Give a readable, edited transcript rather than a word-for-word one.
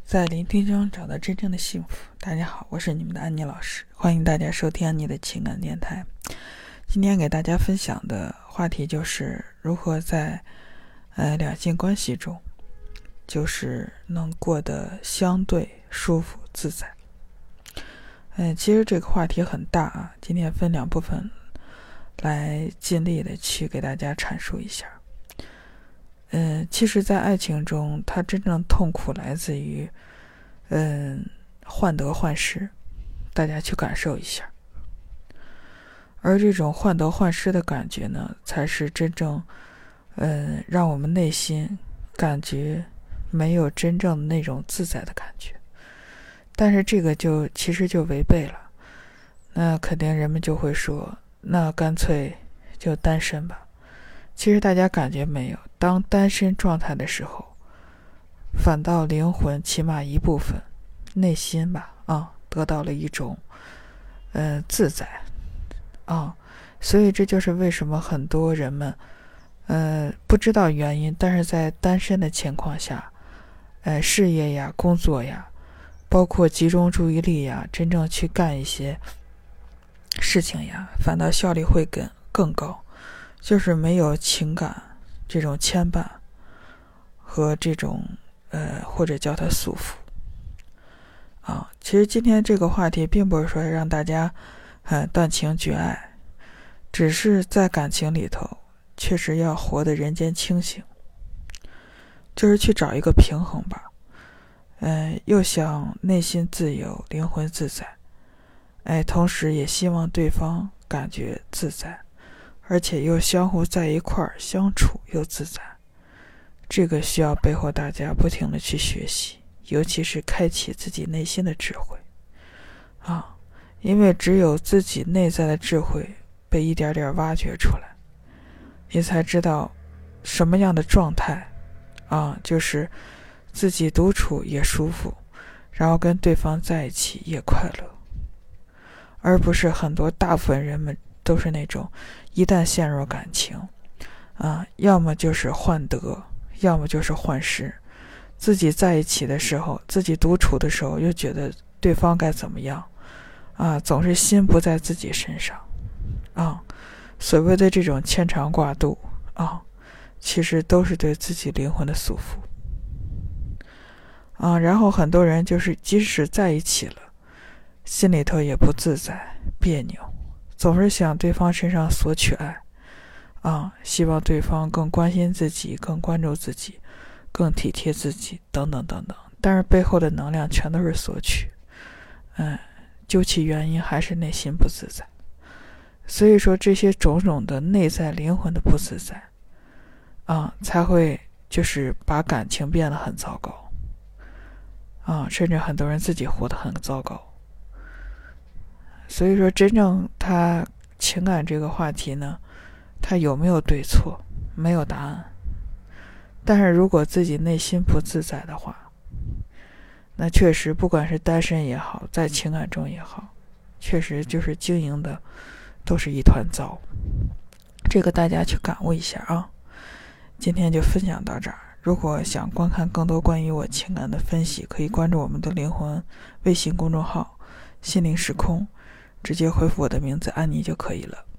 在聆听中找到真正的幸福。大家好，我是你们的安妮老师，欢迎大家收听安妮的情感电台。今天给大家分享的话题就是如何在两性关系中就是能过得相对舒服自在。其实这个话题很大啊，今天分两部分来尽力的去给大家阐述一下。其实在爱情中，它真正痛苦来自于患得患失，大家去感受一下。而这种患得患失的感觉呢，才是真正让我们内心感觉没有真正的那种自在的感觉。但是这个其实就违背了，那肯定人们就会说，那干脆就单身吧。其实大家感觉没有，当单身状态的时候，反倒灵魂起码一部分内心吧得到了一种自在所以这就是为什么很多人们不知道原因，但是在单身的情况下事业呀、工作呀，包括集中注意力呀，真正去干一些事情呀，反倒效率会更高，就是没有情感这种牵绊和这种或者叫它束缚其实今天这个话题并不是说让大家断情绝爱，只是在感情里头确实要活得人间清醒，就是去找一个平衡吧。又想内心自由，灵魂自在，同时也希望对方感觉自在，而且又相互在一块儿相处又自在。这个需要背后大家不停地去学习，尤其是开启自己内心的智慧因为只有自己内在的智慧被一点点挖掘出来，你才知道什么样的状态就是自己独处也舒服，然后跟对方在一起也快乐，而不是很多大部分人们都是那种一旦陷入感情要么就是患得，要么就是患失。自己在一起的时候，自己独处的时候又觉得对方该怎么样总是心不在自己身上所谓的这种牵肠挂肚其实都是对自己灵魂的束缚然后很多人就是即使在一起了，心里头也不自在，别扭，总是想对方身上索取爱希望对方更关心自己，更关注自己，更体贴自己，等等等等。但是背后的能量全都是索取究其原因还是内心不自在。所以说这些种种的内在灵魂的不自在才会就是把感情变得很糟糕甚至很多人自己活得很糟糕。所以说真正他情感这个话题呢，它有没有对错？没有答案。但是如果自己内心不自在的话，那确实不管是单身也好，在情感中也好，确实就是经营的都是一团糟。这个大家去感悟一下今天就分享到这儿。如果想观看更多关于我情感的分析，可以关注我们的灵魂微信公众号心灵时空，直接回复我的名字安妮就可以了。